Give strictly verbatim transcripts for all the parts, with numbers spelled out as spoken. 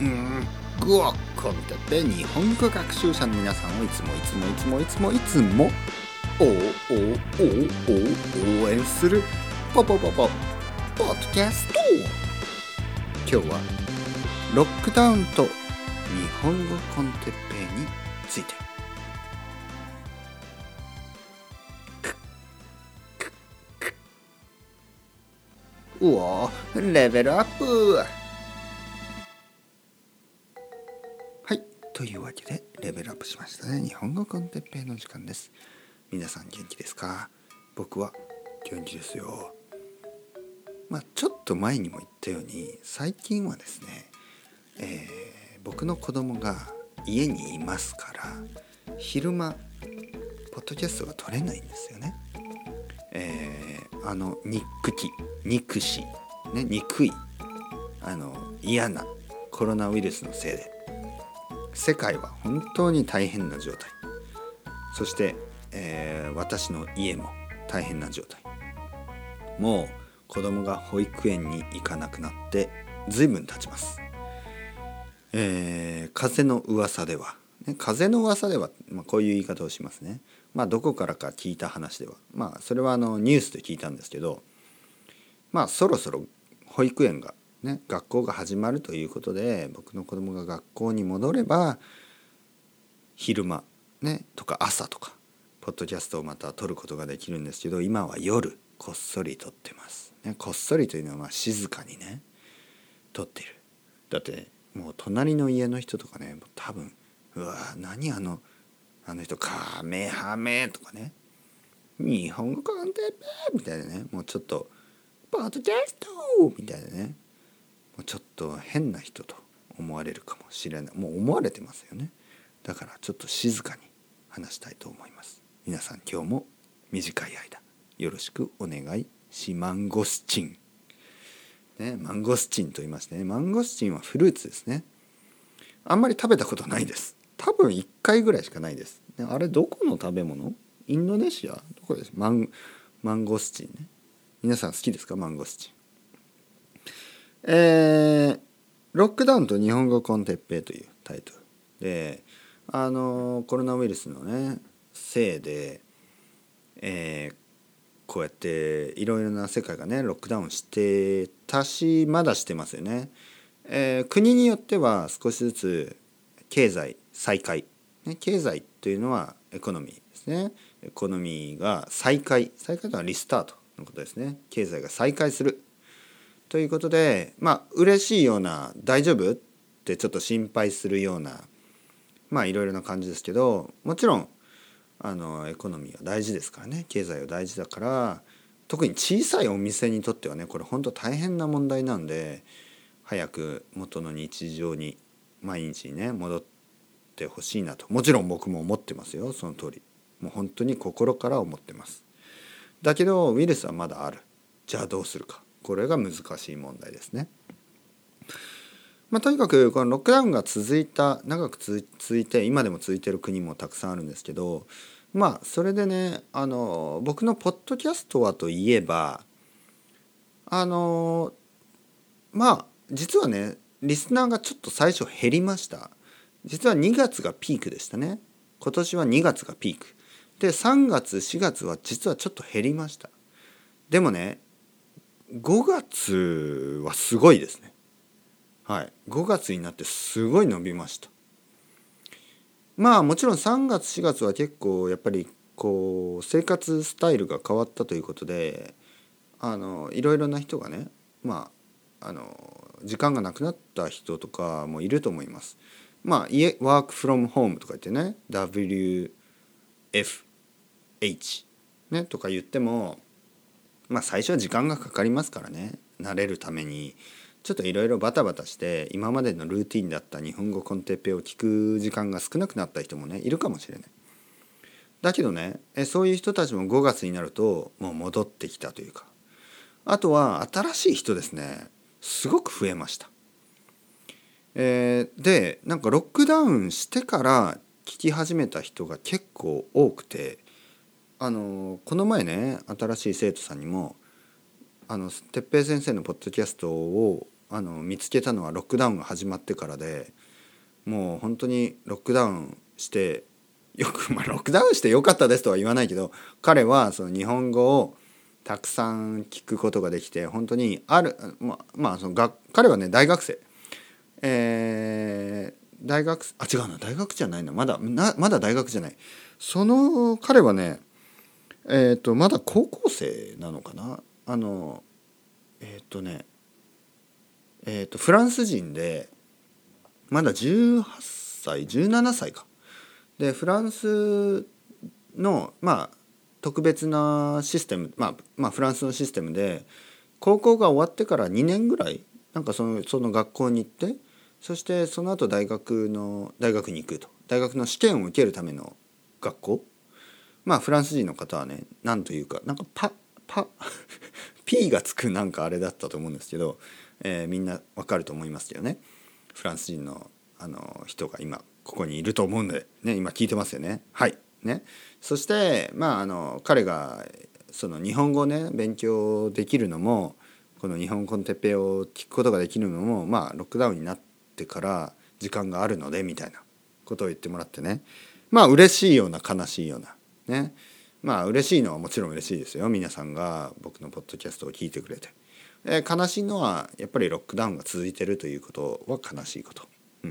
んごコンテッペ日本語学習者の皆さんをいつもいつもいつもいつもいつもおおおお応援するポポポポポッドキャスト。今日はロックダウンと日本語コンテッペについて。うわレベルアップ。はい、というわけでレベルアップしましたね。日本語コンテッペイの時間です。皆さん元気ですか？僕は元気ですよ。まあちょっと前にも言ったように、最近はですね、えー、僕の子供が家にいますから昼間ポッドキャストが撮れないんですよね。えー、あの憎き憎し、ね、憎いあの嫌なコロナウイルスのせいで世界は本当に大変な状態。そして、えー、私の家も大変な状態。もう子供が保育園に行かなくなって随分経ちます。えー、風の噂では、ね、風の噂では、まあ、こういう言い方をしますね。まあどこからか聞いた話では、まあそれはあのニュースで聞いたんですけど、まあそろそろ保育園がね、学校が始まるということで、僕の子供が学校に戻れば昼間ねとか朝とかポッドキャストをまた撮ることができるんですけど、今は夜こっそり撮ってます、ね、こっそりというのはまあ静かにね撮っている。だってもう隣の家の人とかね、多分うわ何あのあの人カメハメとかね、日本語コンテッペみたいなね、もうちょっとポッドキャストみたいなね、もうちょっと変な人と思われるかもしれない。もう思われてますよね。だからちょっと静かに話したいと思います。皆さん今日も短い間よろしくお願いしマンゴスチン、ね、マンゴスチンと言いましてね、マンゴスチンはフルーツですね。あんまり食べたことないです。多分いっかいぐらいしかないです。あれどこの食べ物？インドネシア？どこです？マン、マンゴスチンね。皆さん好きですか？マンゴスチン。えー、ロックダウンと日本語コンテッペイというタイトルで、あのコロナウイルスのねせいで、えー、こうやっていろいろな世界がねロックダウンしてたし、まだしてますよね。えー、国によっては少しずつ経済再開、ね、経済というのはエコノミーですね。エコノミーが再開、再開というのはリスタートのことですね。経済が再開するということで、まあ嬉しいような、大丈夫ってちょっと心配するような、まあいろいろな感じですけど、もちろんあのエコノミーは大事ですからね。経済は大事だから、特に小さいお店にとってはね、これ本当大変な問題なんで、早く元の日常に毎日ね戻ってほしいなと、もちろん僕も思ってますよ。その通り、もう本当に心から思ってます。だけどウイルスはまだある。じゃあどうするか、これが難しい問題ですね。まあ、とにかくこのロックダウンが続いた、長く続いて今でも続いている国もたくさんあるんですけど、まあそれでね、あの僕のポッドキャストはといえば、あのまあ実はねリスナーがちょっと最初減りました。実はにがつがピークでしたね。今年はにがつがピークで、さんがつしがつは実はちょっと減りました。でもねごがつはすごいですね。はい、ごがつになってすごい伸びました。まあもちろんさんがつしがつは結構やっぱりこう生活スタイルが変わったということで、あのいろいろな人がね、まああの時間がなくなった人とかもいると思います。まあ家ワークフロムホームとか言ってね、 ダブリューエフエイチ ねとか言っても、まあ最初は時間がかかりますからね。慣れるためにちょっといろいろバタバタして今までのルーティンだった日本語コンテッペを聞く時間が少なくなった人もねいるかもしれない。だけどね、えそういう人たちもごがつになるともう戻ってきたというか、あとは新しい人ですね、すごく増えました。えー、でなんかロックダウンしてから聞き始めた人が結構多くて、あのこの前ね新しい生徒さんにもあの哲平先生のポッドキャストをあの見つけたのはロックダウンが始まってからで、もう本当にロックダウンしてよく、まあロックダウンしてよかったですとは言わないけど、彼はその日本語をたくさん聞くことができて、本当にある、まあ、まあそのが彼はね大学生、えー、大学あ違うな大学じゃないなまだなまだ大学じゃない、その彼はねえっ、とまだ高校生なのかな、あのえっ、とねえっ、とフランス人でまだじゅうはっさいじゅうななさいかで、フランスのまあ特別なシステム、まあ、まあフランスのシステムで高校が終わってからにねんぐらいなんかそのその学校に行って、そしてその後大学の大学に行くと、大学の試験を受けるための学校、まあフランス人の方はねなんというかなんかパパP がつくなんかあれだったと思うんですけど、えー、みんなわかると思いますけどね、フランス人のあの人が今ここにいると思うんで、ね、今聞いてますよね。はいね。そしてまああの彼がその日本語をね勉強できるのも、この日本コンテッペイを聞くことができるのも、まあロックダウンになってから時間があるのでみたいなことを言ってもらってね、まあ嬉しいような悲しいようなね、まあ嬉しいのはもちろん嬉しいですよ、皆さんが僕のポッドキャストを聞いてくれて。えー、悲しいのはやっぱりロックダウンが続いてるということは悲しいこと。うん、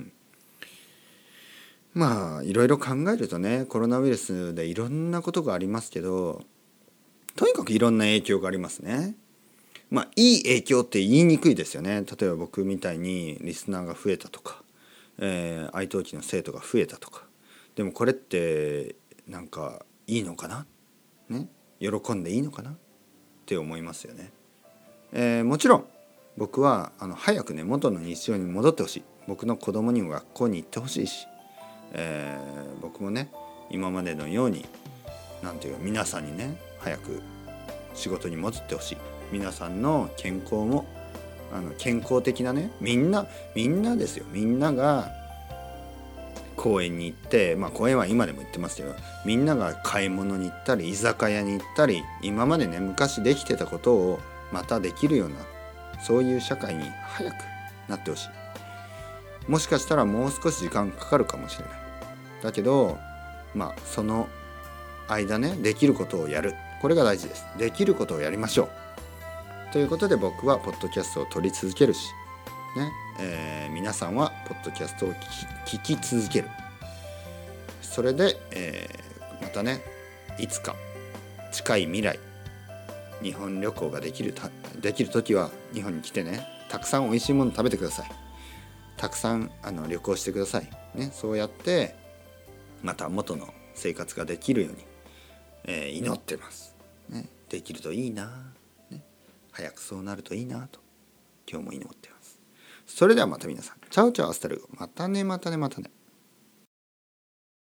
まあいろいろ考えるとね、コロナウイルスでいろんなことがありますけど、とにかくいろんな影響がありますね。まあいい影響って言いにくいですよね。例えば僕みたいにリスナーが増えたとか、えー、愛登記の生徒が増えたとか。でもこれってなんかいいのかな、ね、喜んでいいのかなって思いますよね。えー、もちろん僕はあの早くね元の日常に戻ってほしい。僕の子供にも学校に行ってほしいし、えー、僕もね今までのようになんていうか皆さんにね早く仕事に戻ってほしい。皆さんの健康もあの健康的なね、みんなみんなですよ、みんなが公園に行って、まあ公園は今でも行ってますけど、みんなが買い物に行ったり居酒屋に行ったり、今までね昔できてたことをまたできるような、そういう社会に早くなってほしい。もしかしたらもう少し時間かかるかもしれない。だけどまあその間ねできることをやる、これが大事です。できることをやりましょうということで、僕はポッドキャストを撮り続けるしね、えー、皆さんはポッドキャストを聞き、聞き続ける。それで、えー、またねいつか近い未来日本旅行ができるできる時は日本に来てね、たくさんおいしいもの食べてください。たくさんあの旅行してくださいね。そうやってまた元の生活ができるように、えー、祈ってます、ね、できるといいな、ね、早くそうなるといいなと今日も祈ってます。それではまた皆さん、チャオチャオアスタルゴ、またねまたねまたね。